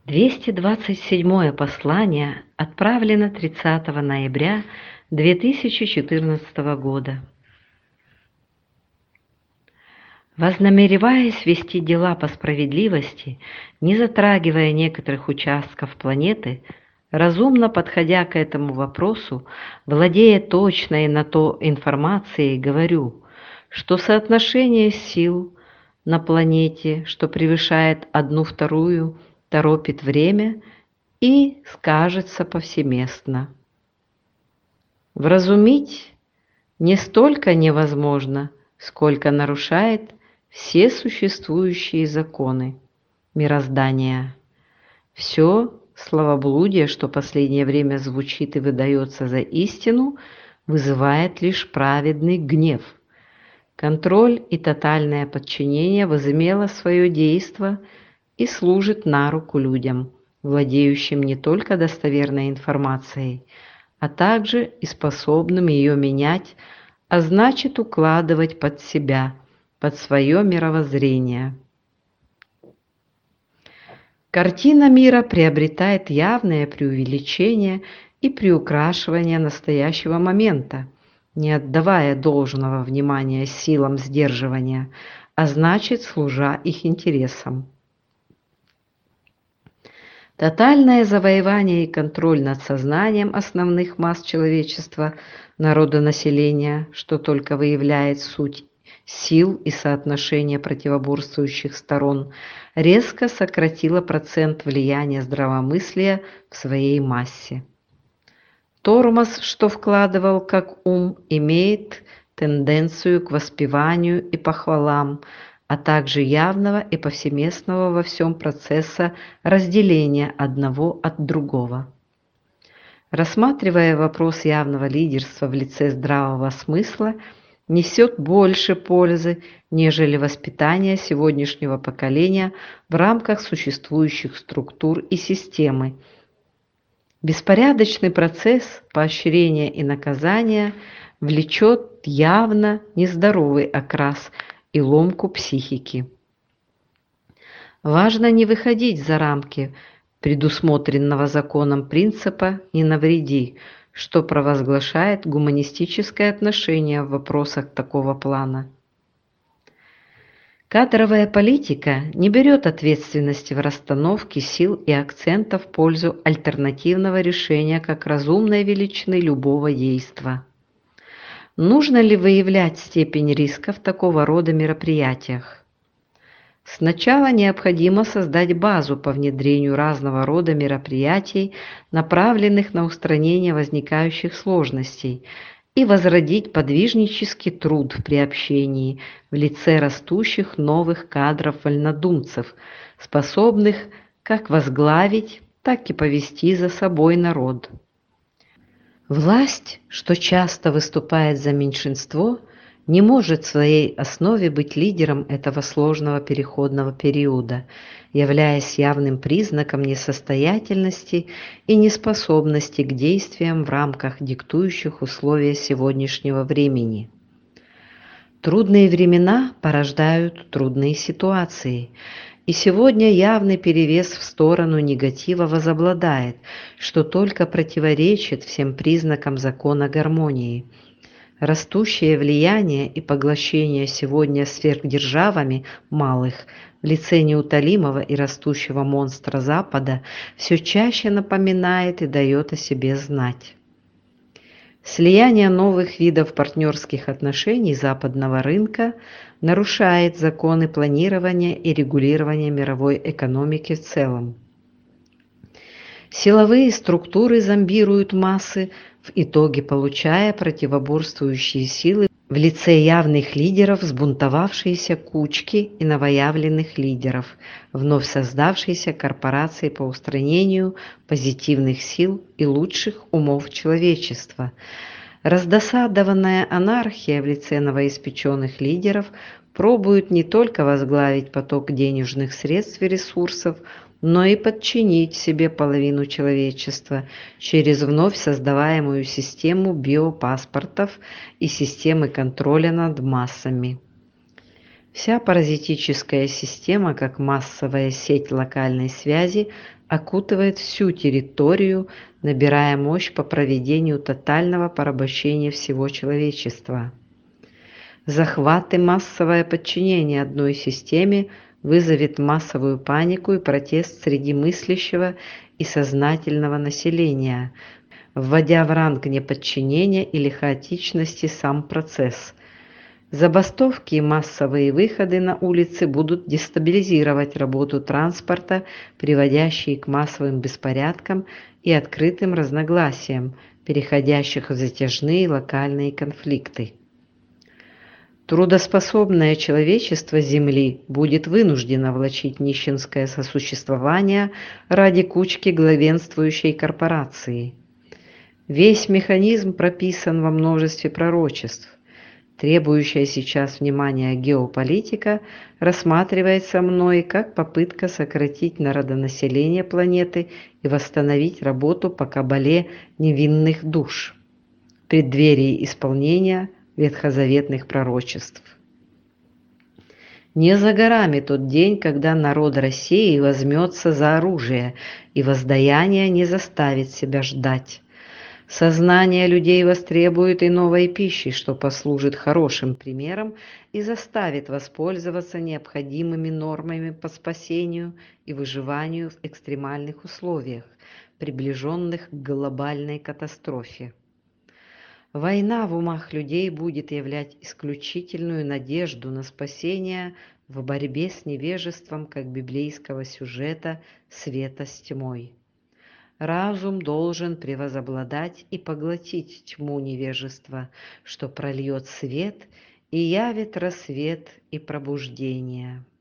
227 послание отправлено 30 ноября 2014 года. Вознамереваясь вести дела по справедливости, не затрагивая некоторых участков планеты, разумно подходя к этому вопросу, владея точной на то информацией, говорю, что соотношение сил на планете, что превышает 1/2, торопит время и скажется повсеместно. Вразумить не столько невозможно, сколько нарушает все существующие законы мироздания. Все словоблудие, что последнее время звучит и выдается за истину, вызывает лишь праведный гнев. Контроль и тотальное подчинение возымело свое действо и служит на руку людям, владеющим не только достоверной информацией, а также и способным ее менять, а значит укладывать под себя, под свое мировоззрение. Картина мира приобретает явное преувеличение и приукрашивание настоящего момента, не отдавая должного внимания силам сдерживания, а значит служа их интересам. Тотальное завоевание и контроль над сознанием основных масс человечества, народонаселения, что только выявляет суть сил и соотношение противоборствующих сторон, резко сократило процент влияния здравомыслия в своей массе. Тормоз, что вкладывал как ум, имеет тенденцию к воспеванию и похвалам, а также явного и повсеместного во всем процесса разделения одного от другого. Рассматривая вопрос явного лидерства в лице здравого смысла, несет больше пользы, нежели воспитание сегодняшнего поколения в рамках существующих структур и системы. Беспорядочный процесс поощрения и наказания влечет явно нездоровый окрас и ломку психики. Важно не выходить за рамки предусмотренного законом принципа «не навреди», что провозглашает гуманистическое отношение в вопросах такого плана. Кадровая политика не берет ответственности в расстановке сил и акцента в пользу альтернативного решения как разумной величины любого действа. Нужно ли выявлять степень риска в такого рода мероприятиях? Сначала необходимо создать базу по внедрению разного рода мероприятий, направленных на устранение возникающих сложностей, и возродить подвижнический труд в приобщении в лице растущих новых кадров-вольнодумцев, способных как возглавить, так и повести за собой народ. Власть, что часто выступает за меньшинство, не может в своей основе быть лидером этого сложного переходного периода, являясь явным признаком несостоятельности и неспособности к действиям в рамках диктующих условия сегодняшнего времени. Трудные времена порождают трудные ситуации, и сегодня явный перевес в сторону негатива возобладает, что только противоречит всем признакам закона гармонии. Растущее влияние и поглощение сегодня сверхдержавами малых в лице неутолимого и растущего монстра Запада все чаще напоминает и дает о себе знать. Слияние новых видов партнерских отношений западного рынка нарушает законы планирования и регулирования мировой экономики в целом. Силовые структуры зомбируют массы, в итоге получая противоборствующие силы в лице явных лидеров, взбунтовавшиеся кучки и новоявленных лидеров, вновь создавшиеся корпорации по устранению позитивных сил и лучших умов человечества. Раздосадованная анархия в лице новоиспеченных лидеров пробует не только возглавить поток денежных средств и ресурсов, но и подчинить себе половину человечества через вновь создаваемую систему биопаспортов и системы контроля над массами. Вся паразитическая система, как массовая сеть локальной связи, окутывает всю территорию, набирая мощь по проведению тотального порабощения всего человечества. Захват и массовое подчинение одной системе вызовет массовую панику и протест среди мыслящего и сознательного населения, вводя в ранг неподчинения или хаотичности сам процесс. Забастовки и массовые выходы на улицы будут дестабилизировать работу транспорта, приводящие к массовым беспорядкам и открытым разногласиям, переходящих в затяжные локальные конфликты. Трудоспособное человечество Земли будет вынуждено влачить нищенское сосуществование ради кучки главенствующей корпорации. Весь механизм прописан во множестве пророчеств. Требующая сейчас внимания геополитика рассматривается мной как попытка сократить народонаселение планеты и восстановить работу по кабале невинных душ в преддверии исполнения ветхозаветных пророчеств. Не за горами тот день, когда народ России возьмется за оружие, и воздаяние не заставит себя ждать. Сознание людей востребует и новой пищи, что послужит хорошим примером и заставит воспользоваться необходимыми нормами по спасению и выживанию в экстремальных условиях, приближенных к глобальной катастрофе. Война в умах людей будет являть исключительную надежду на спасение в борьбе с невежеством, как библейского сюжета света с тьмой. Разум должен превозобладать и поглотить тьму невежества, что прольет свет и явит рассвет и пробуждение.